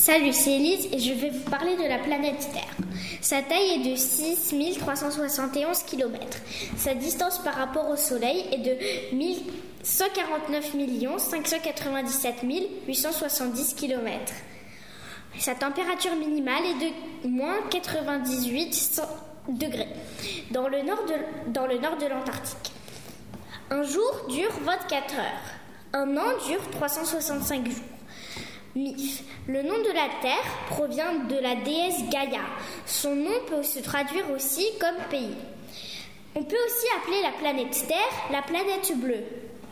Salut, c'est Elise et je vais vous parler de la planète Terre. Sa taille est de 6 371 km. Sa distance par rapport au Soleil est de 149 597 870 km. Sa température minimale est de moins 98 degrés dans le nord de l'Antarctique. Un jour dure 24 heures. Un an dure 365 jours. Mythe. Le nom de la Terre provient de la déesse Gaïa. Son nom peut se traduire aussi comme pays. On peut aussi appeler la planète Terre la planète bleue.